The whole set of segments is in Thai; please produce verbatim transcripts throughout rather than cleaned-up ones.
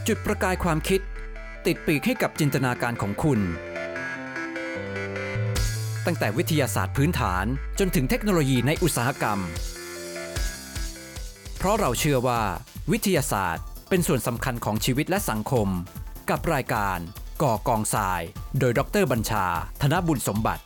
จุดประกายความคิดติดปีกให้กับจินตนาการของคุณ ตั้งแต่วิทยาศาสตร์พื้นฐานจนถึงเทคโนโลยีในอุตสาหกรรม เพราะเราเชื่อว่าวิทยาศาสตร์เป็นส่วนสำคัญของชีวิตและสังคมกับรายการก่อกองทรายโดยดร.บัญชา ธนบุญสมบัติ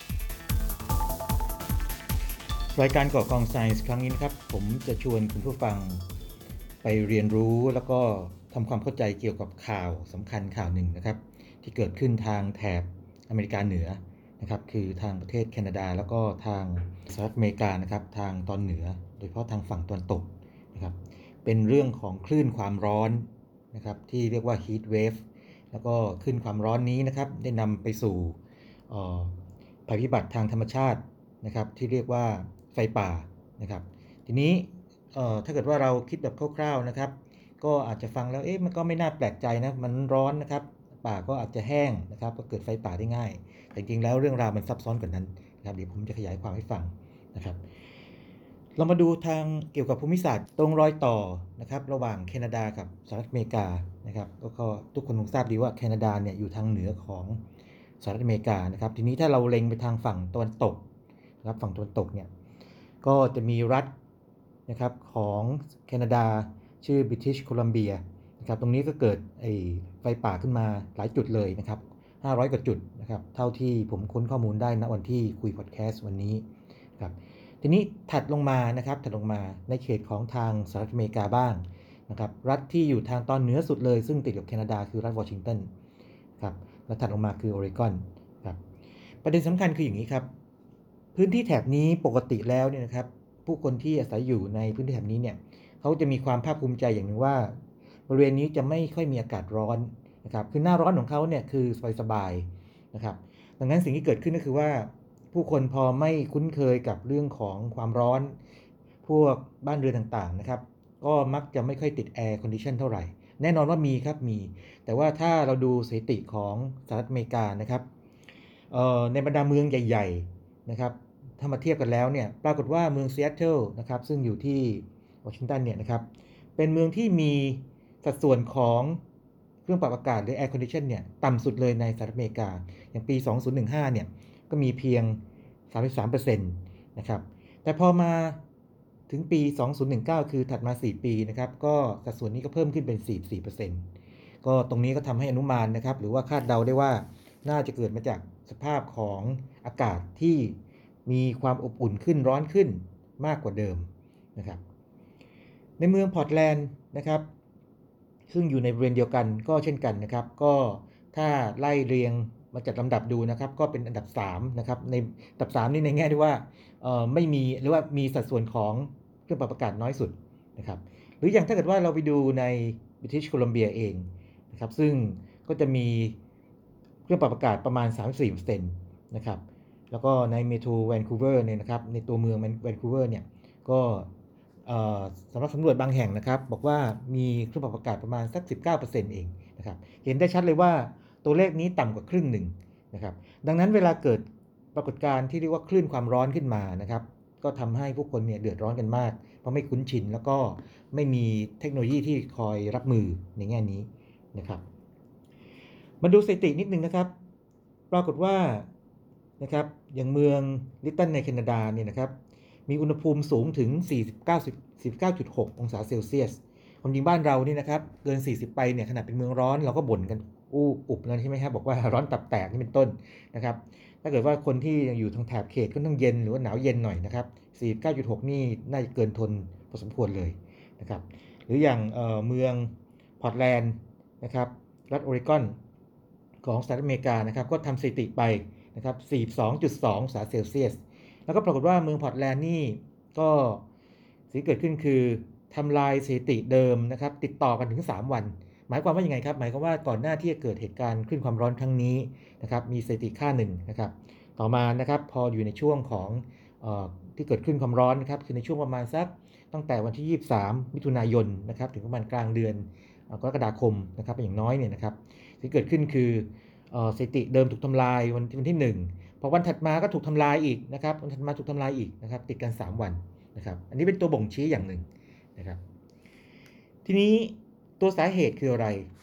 รายการก่อกองไซน์ครั้งนี้นะครับผมจะชวนคุณผู้ฟังไปเรียนรู้แล้วก็ทำความเข้าใจเกี่ยวกับข่าวสำคัญข่าวหนึ่งนะครับที่เกิดขึ้นทางแถบอเมริกาเหนือนะครับคือทางประเทศแคนาดาแล้วก็ทางสหรัฐอเมริกานะครับทางตอนเหนือโดยเฉพาะทางฝั่งตะวันตกนะครับเป็นเรื่องของคลื่นความร้อนนะครับที่เรียกว่า heat wave แล้วก็คลื่นความร้อนนี้นะครับได้นำไปสู่ภัยพิบัติทางธรรมชาตินะครับที่เรียกว่าไฟป่านะครับทีนี้ถ้าเกิดว่าเราคิดแบบคร่าวๆนะครับก็อาจจะฟังแล้วเอ๊ะมันก็ไม่น่าแปลกใจนะมันร้อนนะครับป่าก็อาจจะแห้งนะครับก็เกิดไฟป่าได้ง่ายแต่จริงๆแล้วเรื่องราวมันซับซ้อนกว่านั้นนะครับเดี๋ยวผมจะขยายความให้ฟังนะครับเรามาดูทางเกี่ยวกับภูมิศาสตร์ตรงรอยต่อนะครับระหว่างแคนาดากับสหรัฐอเมริกานะครับก็ทุกคนคงทราบดีว่าแคนาดาเนี่ยอยู่ทางเหนือของสหรัฐอเมริกานะครับทีนี้ถ้าเราเล็งไปทางฝั่งตะวันตกนะครับฝั่งตะวันตกเนี่ยก็จะมีรัฐนะครับของแคนาดาชื่อ British Columbia นะครับตรงนี้ก็เกิดไอ้ไฟป่าขึ้นมาหลายจุดเลยนะครับห้าร้อยกว่าจุดนะครับเท่าที่ผมค้นข้อมูลได้ณวันที่คุยพอดแคสต์วันนี้ครับทีนี้ถัดลงมานะครับถัดลงมาในเขตของทางสหรัฐอเมริกาบ้างนะครับรัฐที่อยู่ทางตอนเหนือสุดเลยซึ่งติดกับแคนาดาคือรัฐวอชิงตันครับและถัดลงมาคือโอเรกอนครับประเด็นสำคัญคืออย่างนี้ครับพื้นที่แถบนี้ปกติแล้วเนี่ยนะครับผู้คนที่อาศัยอยู่ในพื้นที่แถบนี้เนี่ยเขาจะมีความภาคภูมิใจอย่างหนึ่งว่าบริเวณนี้จะไม่ค่อยมีอากาศร้อนนะครับคือหน้าร้อนของเขาเนี่ยคือสบายๆนะครับดังนั้นสิ่งที่เกิดขึ้นก็คือว่าผู้คนพอไม่คุ้นเคยกับเรื่องของความร้อนพวกบ้านเรือนต่างๆนะครับก็มักจะไม่ค่อยติดแอร์คอนดิชันเท่าไหร่แน่นอนว่ามีครับมีแต่ว่าถ้าเราดูสถิติของสหรัฐอเมริกานะครับในบรรดาเมืองใหญ่ๆนะครับถ้ามาเทียบกันแล้วเนี่ยปรากฏว่าเมืองซีแอตเทิลนะครับซึ่งอยู่ที่วอชิงตันเนี่ยนะครับเป็นเมืองที่มีสัดส่วนของเครื่องปรับอากาศหรือ Air Condition เนี่ยต่ำสุดเลยในสหรัฐอเมริกาอย่างปีสองพันสิบห้าเนี่ยก็มีเพียง สามสิบสามเปอร์เซ็นต์ นะครับแต่พอมาถึงปีสองพันสิบเก้าคือถัดมาสี่ปีนะครับก็สัดส่วนนี้ก็เพิ่มขึ้นเป็น สี่สิบสี่เปอร์เซ็นต์ ก็ตรงนี้ก็ทำให้อนุมานนะครับหรือว่าคาดเดาได้ว่าน่าจะเกิดมาจากสภาพของอากาศที่มีความอบอุ่นขึ้นร้อนขึ้นมากกว่าเดิมนะครับในเมืองพอร์ตแลนด์นะครับซึ่งอยู่ในบริเวณเดียวกันก็เช่นกันนะครับก็ถ้าไล่เรียงมาจัดลำดับดูนะครับก็เป็นอันดับสามนะครับในอันดับสามนี่ในแง่ที่ว่าเอ่อไม่มีหรือว่ามีสัดส่วนของเครื่องปรับอากาศน้อยสุดนะครับหรืออย่างถ้าเกิดว่าเราไปดูใน British Columbia เองนะครับซึ่งก็จะมีเครื่องปรับอากาศประมาณ สามสิบสี่เปอร์เซ็นต์ นะครับแล้วก็ในเมโทรแวนคูเวอร์เนี่ยนะครับในตัวเมืองแวนคูเวอร์เนี่ยก็สำหรับสำรวจบางแห่งนะครับบอกว่ามีเครื่องปรับอากาศประมาณสัก สิบเก้าเปอร์เซ็นต์ เองนะครับเห็นได้ชัดเลยว่าตัวเลขนี้ต่ำกว่าครึ่งหนึ่งนะครับดังนั้นเวลาเกิดปรากฏการณ์ที่เรียกว่าคลื่นความร้อนขึ้นมานะครับก็ทำให้ผู้คนเนี่ยเดือดร้อนกันมากเพราะไม่คุ้นชินแล้วก็ไม่มีเทคโนโลยีที่คอยรับมือในแง่นี้นะครับมาดูสถิตินิดนึงนะครับปรากฏว่านะครับอย่างเมืองลิตเติ้ลในแคนาดาเนี่ยนะครับมีอุณหภูมิสูงถึง สี่สิบเก้า สี่สิบเก้าจุดหก องศาเซลเซียสความจริงบ้านเรานี่นะครับเกินสี่สิบไปเนี่ยขนาดเป็นเมืองร้อนเราก็บ่นกันอู้อุบแล้วใช่ไหมครับบอกว่าร้อนตับแตกนี่เป็นต้นนะครับถ้าเกิดว่าคนที่ยังอยู่ทางแถบเขตก็ต้องเย็นหรือว่าหนาวเย็นหน่อยนะครับ สี่สิบเก้าจุดหก นี่น่าจะเกินทนพอสมควรเลยนะครับหรืออย่างเอ่อเมืองพอร์ตแลนด์นะครับรัฐโอเรกอนของสหรัฐอเมริกานะครับก็ทำสถิติไปนะครับ สี่สิบสองจุดสอง องศาเซลเซียสแล้วก็ปรากฏว่าเมืองพอร์ตแลนด์นี่ก็สิ่งที่เกิดขึ้นคือทำลายสถิติเดิมนะครับติดต่อกันถึงสามวันหมายความว่ายังไงครับหมายความว่าก่อนหน้าที่จะเกิดเหตุการณ์คลื่นความร้อนครั้งนี้นะครับมีสถิติค่าหนึ่งนะครับต่อมานะครับพออยู่ในช่วงของเอ่อที่เกิดขึ้นความร้อนนะครับคือในช่วงประมาณสักตั้งแต่วันที่ยี่สิบสามมิถุนายนนะครับถึงประมาณกลางเดือนกรกฎาคมนะครับอย่างน้อยเนี่ยนะครับที่เกิดขึ้นคือสถิติเดิมถูกทำลายวันที่วันที่หนึ่งพอวันถัดมาก็ถูกทำลายอีกนะครับวันถัดมาถูกทำลายอีกนะครับติดกันสามวันนะครับอันนี้เป็นตัวบ่งชี้อย่างหนึ่งนะครับทีนี้ตัวสาเหตุคืออะไร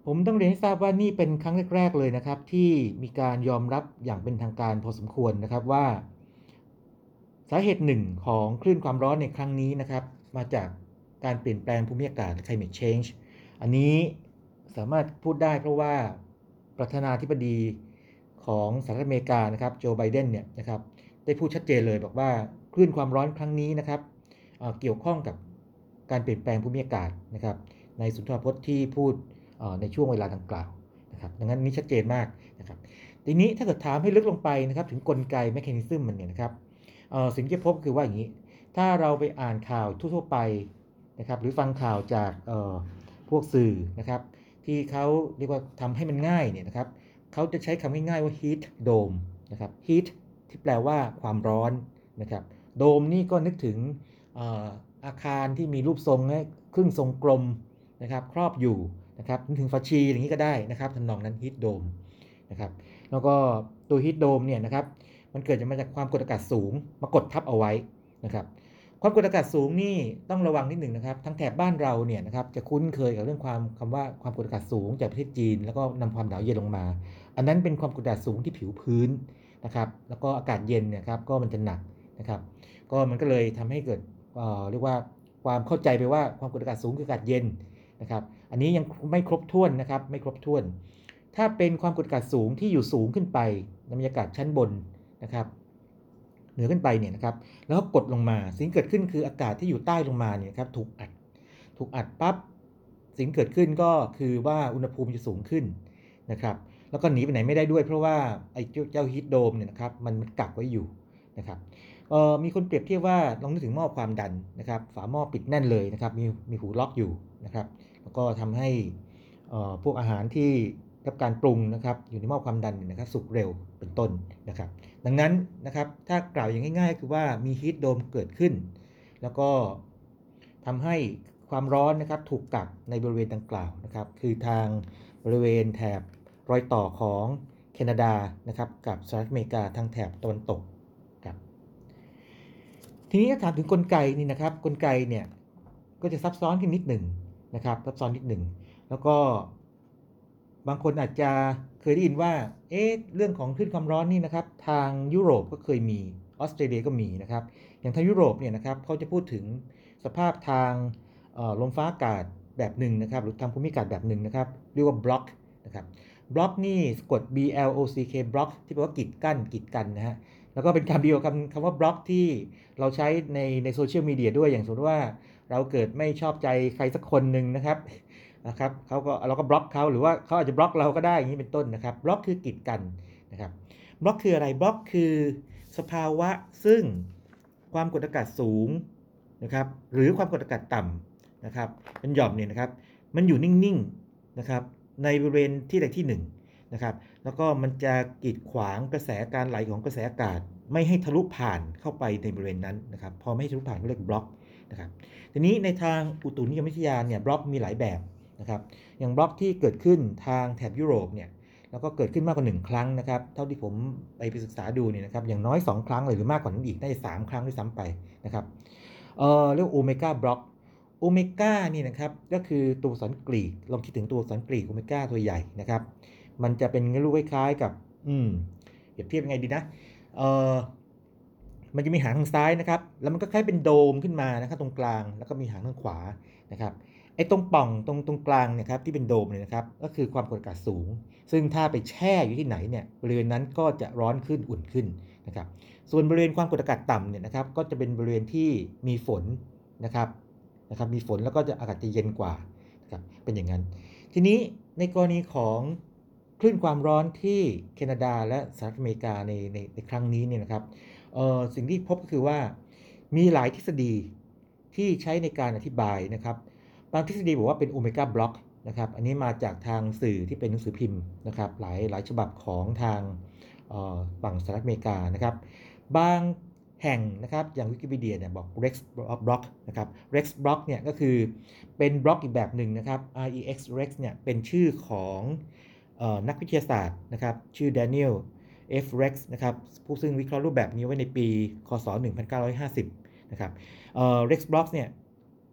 ผมต้องเรียนให้ทราบว่านี่เป็นครั้งแรกๆเลยนะครับที่มีการยอมรับอย่างเป็นทางการพอสมควรนะครับว่าสาเหตุหนึ่งของคลื่นความร้อนในครั้งนี้นะครับมาจากการเปลี่ยนแปลงภูมิอากาศ climate change อันนี้สามารถพูดได้เพราะว่าประธานาธิบดีของสหรัฐอเมริกานะครับโจไบเดนเนี่ยนะครับได้พูดชัดเจนเลยบอกว่าคลื่นความร้อนครั้งนี้นะครับเอ่อเกี่ยวข้องกับการเปลี่ยนแปลงภูมิอากาศนะครับในสุนทรพจน์ที่พูดเอ่อในช่วงเวลาดังกล่าวนะครับดังนั้นนี้ชัดเจนมากนะครับทีนี้ถ้าเกิดถามให้ลึกลงไปนะครับถึงกลไกแมคานิซึมมันเนี่ยนะครับเอ่อสิ่งที่จะพบคือว่าอย่างนี้ถ้าเราไปอ่านข่าวทั่วๆไปนะครับหรือฟังข่าวจากเอ่อพวกสื่อนะครับที่เขาเรียกว่าทำให้มันง่ายเนี่ยนะครับเขาจะใช้คำง่ายๆว่า heat dome นะครับ heat ที่แปลว่าความร้อนนะครับโดมนี่ก็นึกถึงเอ่ออาคารที่มีรูปทรงครึ่งทรงกลมนะครับครอบอยู่นะครับนึกถึงฝาชีอย่างนี้ก็ได้นะครับทำนองนั้น heat dome นะครับแล้วก็ตัว heat dome เนี่ยนะครับมันเกิดมาจากความกดอากาศสูงมากดทับเอาไว้นะครับความกดอากาศสูงนี่ต้องระวังนิดหนึ่งนะครับทั้งแถบบ้านเราเนี่ยนะครับจะคุ้นเคยกับเรื่องความคำว่าความกดอากาศสูงจากประเทศจีนแล้วก็นำความหนาวเย็นลงมาอันนั้นเป็นความกดอากาศสูงที่ผิวพื้นนะครับแล้วก็อากาศเย็นเนี่ยครับก็มันจะหนักนะครับก็มันก็เลยทำให้เกิดเอ่อเรียกว่าความเข้าใจไปว่าความกดอากาศสูงคืออากาศเย็นนะครับอันนี้ยังไม่ครบถ้วนนะครับไม่ครบถ้วนถ้าเป็นความกดอากาศสูงที่อยู่สูงขึ้นไปในบรรยากาศชั้นบนนะครับเหนือขึ้นไปเนี่ยนะครับแล้วก็กดลงมาสิ่งเกิดขึ้นคืออากาศที่อยู่ใต้ลงมาเนี่ยครับถูกอัดถูกอัดปั๊บสิ่งเกิดขึ้นก็คือว่าอุณหภูมิจะสูงขึ้นนะครับแล้วก็หนีไปไหนไม่ได้ด้วยเพราะว่าไอ้เจ้าฮีทโดมเนี่ยนะครับมันมันกักไว้อยู่นะครับเอ่อมีคนเปรียบเทียบว่าลองนึกถึงหม้อความดันนะครับฝาหม้อปิดแน่นเลยนะครับมีมีหูล็อกอยู่นะครับแล้วก็ทำให้เอ่อพวกอาหารที่รับการปรุงนะครับอยู่ในหม้อความดันเนี่ยนะครับสุกเร็วเป็นต้นนะครับดังนั้นนะครับถ้ากล่าวอย่างง่ายๆคือว่ามีฮีทโดมเกิดขึ้นแล้วก็ทำให้ความร้อนนะครับถูกกักในบริเวณดังกล่าวนะครับคือทางบริเวณแถบรอยต่อของแคนาดานะครับกับสหรัฐอเมริกาทางแถบตะวันตกครับทีนี้ถ้าถามถึงกลไกนี่นะครับกลไกเนี่ยก็จะซับซ้อนขึ้นนิดหนึ่งนะครับซับซ้อนนิดหนึ่งแล้วก็บางคนอาจจะเคยได้ยินว่าเอ๊ะเรื่องของคลื่นความร้อนนี่นะครับทางยุโรปก็เคยมีออสเตรเลียก็มีนะครับอย่างทางยุโรปเนี่ยนะครับเขาจะพูดถึงสภาพทางลมฟ้าอากาศแบบหนึ่งนะครับหรือทางภูมิอากาศแบบหนึ่งนะครับเรียกว่าบล็อกนะครับบล็อกนี่สะกด B L O C K บล็อกที่แปลว่ากีดกั้นกีดกันนะฮะแล้วก็เป็นคำเดียวกับคำว่าบล็อกที่เราใช้ในในโซเชียลมีเดียด้วยอย่างสมมติว่าเราเกิดไม่ชอบใจใครสักคนหนึ่งนะครับนะครับเขาก็เราก็บล็อกเขาหรือว่าเขาอาจจะบล็อกเราก็ได้อย่างนี้เป็นต้นนะครับบล็อกคือกีดกันนะครับบล็อกคืออะไรบล็อกคือสภาวะซึ่งความกดอากาศสูงนะครับหรือความกดอากาศต่ำนะครับเป็นหย่อมเนี่ยนะครับมันอยู่นิ่งๆนะครับในบริเวณที่ใดที่หนึ่งนะครับแล้วก็มันจะกีดขวางกระแสการไหลของกระแสอากาศไม่ให้ทะลุผ่านเข้าไปในบริเวณนั้นนะครับพอไม่ให้ทะลุผ่านก็เรียกบล็อกนะครับทีนี้ในทางอุตุนิยมวิทยาเนี่ยบล็อกมีหลายแบบนะครับอย่างบล็อกที่เกิดขึ้นทางแถบยุโรปเนี่ยแล้วก็เกิดขึ้นมากกว่าหนึ่งครั้งนะครับเท่าที่ผมไปไปศึกษาดูเนี่ยนะครับอย่างน้อยสองครั้งเลยหรือมากกว่านั้นอีกน่าจะสามครั้งด้วยซ้ำไปนะครับเอ่อเรียกโอเมก้าบล็อกโอเมก้านี่นะครับก็คือตัวอักษรกรีกลองคิดถึงตัวอักษรกรีกโอเมก้าตัวใหญ่นะครับมันจะเป็นรูปคล้ายๆกับอืมเปรียบเทียบยังไงดีนะเอ่อมันจะมีหางทางซ้ายนะครับแล้วมันก็คล้ายเป็นโดมขึ้นมานะครับตรงกลางแล้วก็มีหางทางขวานะครับไอ้ตรงป่องตรงตรงกลางเนี่ยครับที่เป็นโดมเนี่ยนะครับก็คือความกดอากาศสูงซึ่งถ้าไปแช่อยู่ที่ไหนเนี่ยบริเวณนั้นก็จะร้อนขึ้นอุ่นขึ้นนะครับส่วนบริเวณความกดอากาศต่ำเนี่ยนะครับก็จะเป็นบริเวณที่มีฝนนะครับนะครับมีฝนแล้วก็จะอากาศจะเย็นกว่านะครับเป็นอย่างนั้นทีนี้ในกรณีของคลื่นความร้อนที่แคนาดาและสหรัฐอเมริกาในในในครั้งนี้เนี่ยนะครับเอ่อสิ่งที่พบก็คือว่ามีหลายทฤษฎีที่ใช้ในการอธิบายนะครับบางทฤษฎีบอกว่าเป็นโอเมก้าบล็อกนะครับอันนี้มาจากทางสื่อที่เป็นหนังสือพิมพ์นะครับหลายหลายฉบับของทางฝั่งสหรัฐอเมริกานะครับบางแห่งนะครับอย่างวิกิพีเดียเนี่ยบอก Rex Block นะครับ Rex Block เนี่ยก็คือเป็นบล็อกอีกแบบหนึ่งนะครับ R E X Rex เนี่ยเป็นชื่อของเอ่อนักวิทยาศาสตร์นะครับชื่อ Daniel F Rex นะครับผู้ซึ่งวิเคราะห์รูปแบบนี้ไว้ในปีคศหนึ่งพันเก้าร้อยห้าสิบนะครับเอ่อ Rex Block เนี่ย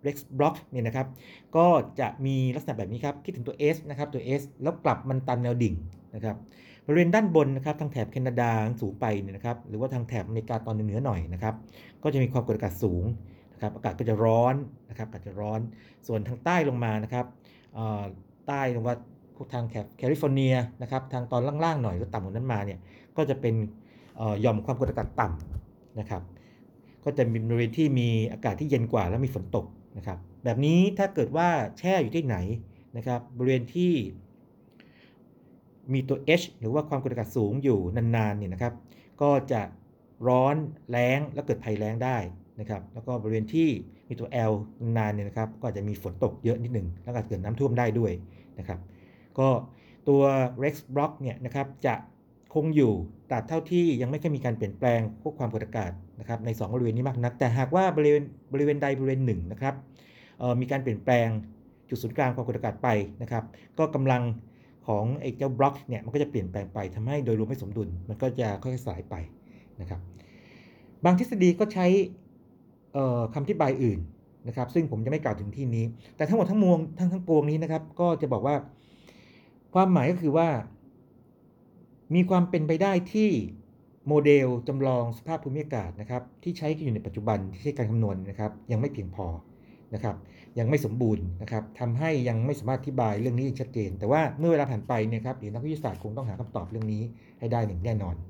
Rex Block เนี่ยนะครับก็จะมีลักษณะแบบนี้ครับคิดถึงตัว S นะครับตัว S แล้วกลับมันตันแนวดิ่งนะครับบริเวณด้านบนนะครับทางแถบแคนาดาสูงไปเนี่ยนะครับหรือว่าทางแถบอเมริกาตอนเหนือหน่อยนะครับก็จะมีความกดอากาศสูงนะครับอากาศก็จะร้อนนะครับอากาศจะร้อนส่วนทางใต้ลงมานะครับใต้ลงว่าพวกทางแถบแคลิฟอร์เนียนะครับทางตอนล่างๆหน่อยหรือต่ำกว่านั้นมาเนี่ยก็จะเป็นหย่อมความกดอากาศต่ำนะครับก็จะมีบริเวณที่มีอากาศที่เย็นกว่าและมีฝนตกนะครับแบบนี้ถ้าเกิดว่าแช่อยู่ที่ไหนนะครับบริเวณที่มีตัว H หรือว่าความกดอากาศสูงอยู่นานๆเนี่ยนะครับก็จะร้อนแล้งและเกิดภัยแล้งได้นะครับแล้วก็บริเวณที่มีตัว L นานๆเนี่ยนะครับก็อาจจะมีฝนตกเยอะนิดหนึ่งแล้วก็เกิดน้ำท่วมได้ด้วยนะครับก็ตัว Rex Block เนี่ยนะครับจะคงอยู่ตราบเท่าที่ยังไม่เคยมีการเปลี่ยนแปลงพวกความกดอากาศนะครับในสองบริเวณนี้มากนักแต่หากว่าบริเวณบริเวณใดบริเวณหนึ่งนะครับมีการเปลี่ยนแปลงจุดศูนย์กลางความกดอากาศไปนะครับก็กำลังของไอ้เจ้าบล็อกเนี่ยมันก็จะเปลี่ยนแปลงไปทำให้โดยรวมไม่สมดุลมันก็จะค่อยๆสลายไปนะครับบางทฤษฎีก็ใช้คำอธิบายอื่นนะครับซึ่งผมจะไม่กล่าวถึงที่นี้แต่ทั้งหมดทั้งมวลทั้งทั้งปวงนี้นะครับก็จะบอกว่าความหมายก็คือว่ามีความเป็นไปได้ที่โมเดลจำลองสภาพภูมิอากาศนะครับที่ใช้อยู่ในปัจจุบันที่ใช้การคำนวณนะครับยังไม่เพียงพอนะครับยังไม่สมบูรณ์นะครับทำให้ยังไม่สามารถอธิบายเรื่องนี้ชัดเจนแต่ว่าเมื่อเวลาผ่านไปเนี่ยครับเดี๋ยวนักวิทยาศาสตร์คงต้องหาคำตอบเรื่องนี้ให้ได้อย่างแน่นอน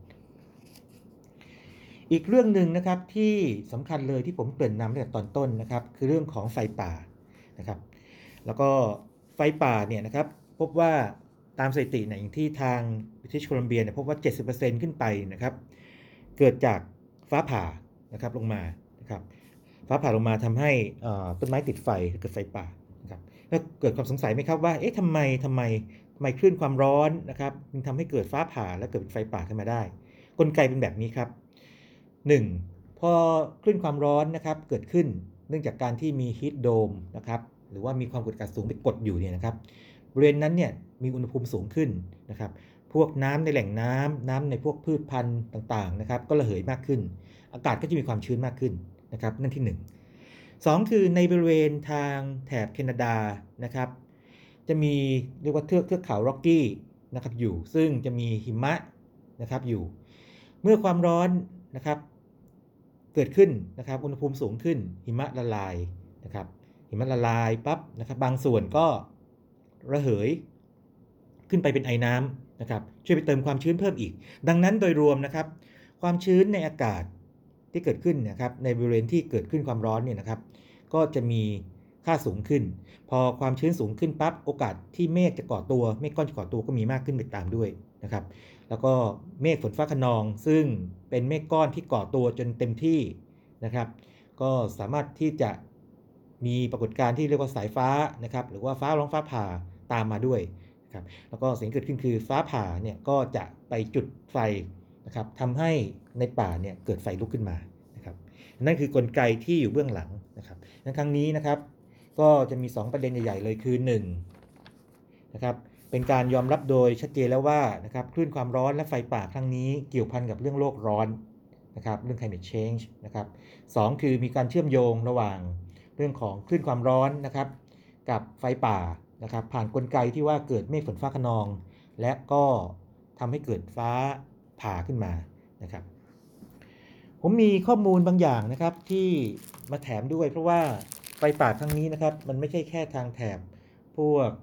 อีกเรื่องหนึ่งนะครับที่สำคัญเลยที่ผมเกริ่นนำตั้งแต่ตอนต้นนะครับคือเรื่องของไฟป่านะครับแล้วก็ไฟป่าเนี่ยนะครับพบว่าตามสถิติเนี่ยอย่างที่ทางบริติชโคลัมเบียเนี่ยพบว่า เจ็ดสิบเปอร์เซ็นต์ ขึ้นไปนะครับเกิดจากฟ้าผ่านะครับลงมานะครับฟ้าผ่าลงมาทำให้ต้นไม้ติดไฟเกิดไฟป่านะครับแล้วเกิดความสงสัยไหมครับว่าเอ๊ะทำไมทำไมทำไมคลื่นความร้อนนะครับจึงทำให้เกิดฟ้าผ่าและเกิดเป็นไฟป่าขึ้นมาได้กลไกเป็นแบบนี้ครับหนึ่งพอคลื่นความร้อนนะครับเกิดขึ้นเนื่องจากการที่มีฮีทโดมนะครับหรือว่ามีความกดอากาศสูงไปกดอยู่เนี่ยนะครับบริเวณนั้นเนี่ยมีอุณหภูมิสูงขึ้นนะครับพวกน้ำในแหล่งน้ำน้ำในพวกพืชพันธุ์ต่างๆนะครับก็ระเหยมากขึ้นอากาศก็จะมีความชื้นมากขึ้นนะครับนั่นที่หนึ่ง สองคือในบริเวณทางแถบแคนาดานะครับจะมีเรียกว่าเทือกเทือกเขาร็อกกี้นะครับอยู่ซึ่งจะมีหิมะนะครับอยู่เมื่อความร้อนนะครับเกิดขึ้นนะครับอุณหภูมิสูงขึ้นหิมะละลายนะครับหิมะละลายปั๊บนะครับบางส่วนก็ระเหยขึ้นไปเป็นไอน้ำนะครับช่วยไปเติมความชื้นเพิ่มอีกดังนั้นโดยรวมนะครับความชื้นในอากาศที่เกิดขึ้นนะครับในบริเวณที่เกิดขึ้นความร้อนเนี่ยนะครับก็จะมีค่าสูงขึ้นพอความชื้นสูงขึ้นปั๊บโอกาสที่เมฆจะก่อตัวเมฆก้อนจะก่อตัวก็มีมากขึ้นไปตามด้วยนะครับแล้วก็เมฆฝนฟ้าคะนองซึ่งเป็นเมฆก้อนที่ก่อตัวจนเต็มที่นะครับก็สามารถที่จะมีปรากฏการณ์ที่เรียกว่าสายฟ้านะครับหรือว่าฟ้าร้องฟ้าผ่าตามมาด้วยนะครับแล้วก็สิ่งที่เกิดขึ้นคือฟ้าผ่าเนี่ยก็จะไปจุดไฟนะครับทำให้ในป่าเนี่ยเกิดไฟลุกขึ้นมานะครับนั่นคือกลไกที่อยู่เบื้องหลังนะครับในครั้งนี้นะครับก็จะมีสองประเด็นใหญ่ๆเลยคือหนึ่งนะครับเป็นการยอมรับโดยชัดเจนแล้วว่านะครับคลื่นความร้อนและไฟป่าครั้งนี้เกี่ยวพันกับเรื่องโลกร้อนนะครับเรื่อง climate change นะครับสองคือมีการเชื่อมโยงระหว่างเรื่องของคลื่นความร้อนนะครับกับไฟป่านะครับผ่านกลไกที่ว่าเกิดเมฆฝนฟ้าคะนองและก็ทำให้เกิดฟ้าผ่าขึ้นมานะครับผมมีข้อมูลบางอย่างนะครับที่มาแถมด้วยเพราะว่าไฟป่าครั้งนี้นะครับมันไม่ใช่แค่ทางแถบพวก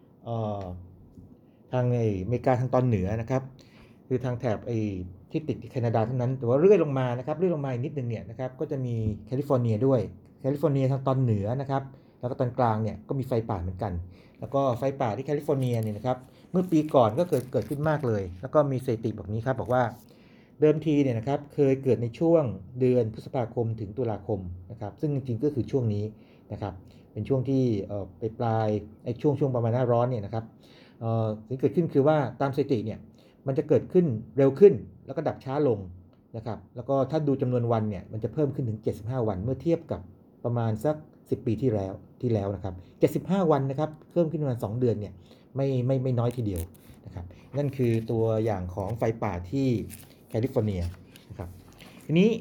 ทางอเมริกาทางตอนเหนือนะครับคือทางแถบไอ้ที่ติดแคนาดาเท่านั้นแต่ว่าเรื่อยลงมานะครับเรื่อยลงมาอีกนิดนึงเนี่ยนะครับก็จะมีแคลิฟอร์เนียด้วยแคลิฟอร์เนียทางตอนเหนือนะครับแล้วก็ตอนกลางเนี่ยก็มีไฟป่าเหมือนกันแล้วก็ไฟป่าที่แคลิฟอร์เนียเนี่ยนะครับเมื่อปีก่อนก็เกิดเกิดขึ้นมากเลยแล้วก็มีสถิติแบบนี้ครับบอกว่าเดิมทีเนี่ยนะครับเคยเกิดในช่วงเดือนพฤษภาคมถึงตุลาคมนะครับซึ่งจริงๆก็คือช่วงนี้นะครับเป็นช่วงที่เอ่อไปปลายไอ้ช่วงช่วงประมาณหน้าร้อนเนี่ยนะครับเอ่อสิ่งเกิดขึ้นคือว่าตามสถิติเนี่ยมันจะเกิดขึ้นเร็วขึ้นแล้วก็ดับช้าลงนะครับแล้วก็ถ้าดูจำนวนวันเนี่ยมันจะเพิ่มขึ้นถึงเจ็ดสิบห้าวันเมื่อเทียบกับประมาณสักสิบปีที่แล้วที่แล้วนะครับเจ็ดสิบห้าวันนะครับเพิ่มขึ้นประมาณสองเดือนเนี่ยไม่ไม่ไม่น้อยทีเดียวนะครับนั่นคือตัวอย่างของไฟป่าที่แคลิฟอร์เนียนะครับทีนี้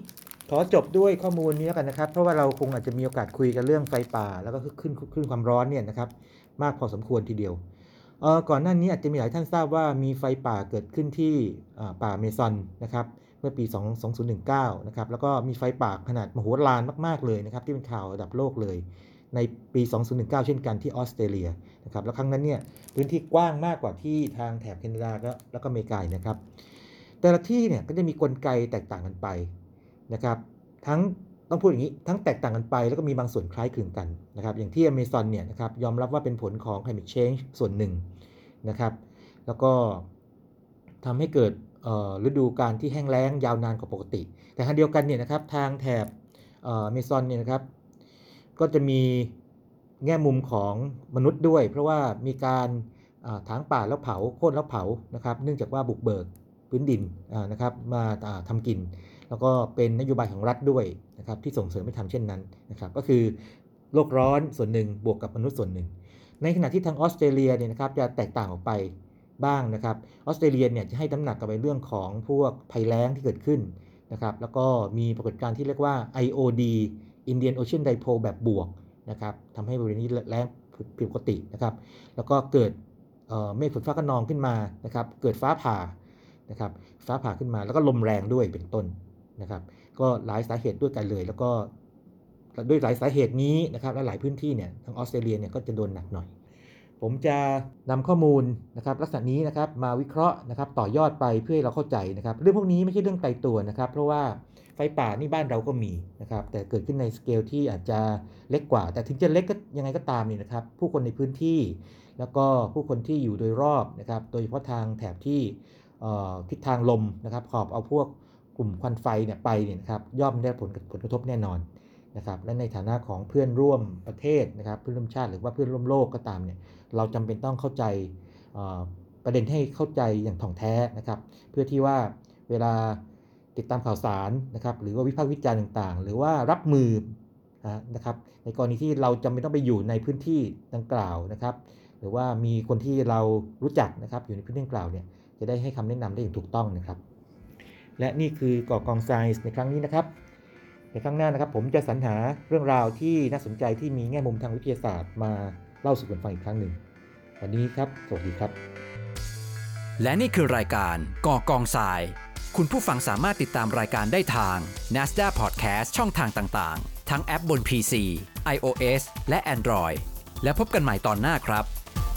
ขอจบด้วยข้อมูลนี้แล้วกันนะครับเพราะว่าเราคงอาจจะมีโอกาสคุยกันเรื่องไฟป่าแล้วก็ขึ้นขึ้นความร้อนเนี่ยนะครับมากพอสมควรทีเดียวเอ่อก่อนหน้านี้อาจจะมีหลายท่านทราบว่ามีไฟป่าเกิดขึ้นที่ป่าเมซอนนะครับเมื่อปีสองพันสิบเก้านะครับแล้วก็มีไฟป่าขนาดมโหฬารมากๆเลยนะครับที่เป็นข่าวระดับโลกเลยในปีสองพันสิบเก้าเช่นกันที่ออสเตรเลียนะครับแล้วครั้งนั้นเนี่ยพื้นที่กว้างมากกว่าที่ทางแถบแคนาดาแล้วก็อเมริกานะครับแต่ละที่เนี่ยก็จะมีกลไกแตกต่างกันไปนะครับทั้งต้องพูดอย่างนี้ทั้งแตกต่างกันไปแล้วก็มีบางส่วนคล้ายคลึงกันนะครับอย่างที่อเมซอนเนี่ยนะครับยอมรับว่าเป็นผลของ climate change ส่วนหนึ่งนะครับแล้วก็ทำให้เกิดฤดูกาลที่แห้งแล้งยาวนานกว่าปกติแต่ขณะเดียวกันเนี่ยนะครับทางแถบอเมซอนเนี่ยนะครับก็จะมีแง่มุมของมนุษย์ด้วยเพราะว่ามีการถางป่าแล้วเผาโค่นแล้วเผานะครับเนื่องจากว่าบุกเบิกพื้นดินนะครับมาทำกินแล้วก็เป็นนโยบายของรัฐด้วยนะครับที่ส่งเสริมให้ทำเช่นนั้นนะครับก็คือโลกร้อนส่วนหนึ่งบวกกับมนุษย์ส่วนหนึ่งในขณะที่ทางออสเตรเลียเนี่ยนะครับจะแตกต่างออกไปบ้างนะครับออสเตรเลียเนี่ยจะให้น้ำหนักกับไปเรื่องของพวกภัยแล้งที่เกิดขึ้นนะครับแล้วก็มีปรากฏการณ์ที่เรียกว่า ไอ โอ ดี Indian Ocean Dipole แบบบวกนะครับทำให้บริเวณนี้แล้งผิดปกตินะครับแล้วก็เกิดเมฆฝนฟ้าคะนองขึ้นมานะครับเกิดฟ้าผ่านะครับฟ้าผ่าขึ้นมาแล้วก็ลมแรงด้วยเป็นต้นนะครับก็หลายสาเหตุด้วยกันเลยแล้วก็ด้วยหลายสาเหตุนี้นะครับและหลายพื้นที่เนี่ยทางออสเตรเลียเนี่ยก็จะโดนหนักหน่อยผมจะนำข้อมูลนะครับลักษณะนี้นะครับมาวิเคราะห์นะครับต่อยอดไปเพื่อให้เราเข้าใจนะครับเรื่องพวกนี้ไม่ใช่เรื่องไกลตัวนะครับเพราะว่าไฟป่านี่บ้านเราก็มีนะครับแต่เกิดขึ้นในสเกลที่อาจจะเล็กกว่าแต่ถึงจะเล็กก็ยังไงก็ตามนี่นะครับผู้คนในพื้นที่แล้วก็ผู้คนที่อยู่โดยรอบนะครับโดยเฉพาะทางแถบที่ทิศทางลมนะครับขอบเอาพวกกลุ่มควันไฟเนี่ยไปเนี่ยนะครับย่อมได้ผลผลกระทบแน่นอนนะครับและในฐานะของเพื่อนร่วมประเทศนะครับเพื่อนร่วมชาติหรือว่าเพื่อนร่วมโลกก็ตามเนี่ยเราจำเป็นต้องเข้าใจประเด็นให้เข้าใจอย่างถ่องแท้นะครับเพื่อที่ว่าเวลาติดตามข่าวสารนะครับหรือว่าวิพากษ์วิจารณ์ต่างๆหรือว่ารับมือนะครับในกรณีที่เราจำเป็นต้องไปอยู่ในพื้นที่ดังกล่าวนะครับหรือว่ามีคนที่เรารู้จักนะครับอยู่ในพื้นที่ดังกล่าวเนี่ยจะได้ให้คำแนะนำได้อย่างถูกต้องนะครับและนี่คือก่อกองไซน์ในครั้งนี้นะครับในครั้งหน้านะครับผมจะสรรหาเรื่องราวที่น่าสนใจที่มีแง่มุมทางวิทยาศาสตร์มาเล่าสู่กันฟังอีกครั้งหนึ่งวันนี้ครับสวัสดีครับและนี่คือรายการก่อกองทรายคุณผู้ฟังสามารถติดตามรายการได้ทาง Nasdaq Podcast ช่องทางต่างๆทั้งแอปบน พี ซี iOS และ Android และพบกันใหม่ตอนหน้าครับ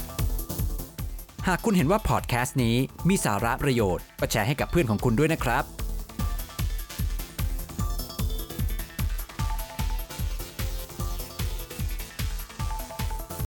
หากคุณเห็นว่าพอดแคสต์นี้มีสาระประโยชน์ก็แชร์ให้กับเพื่อนของคุณด้วยนะครับ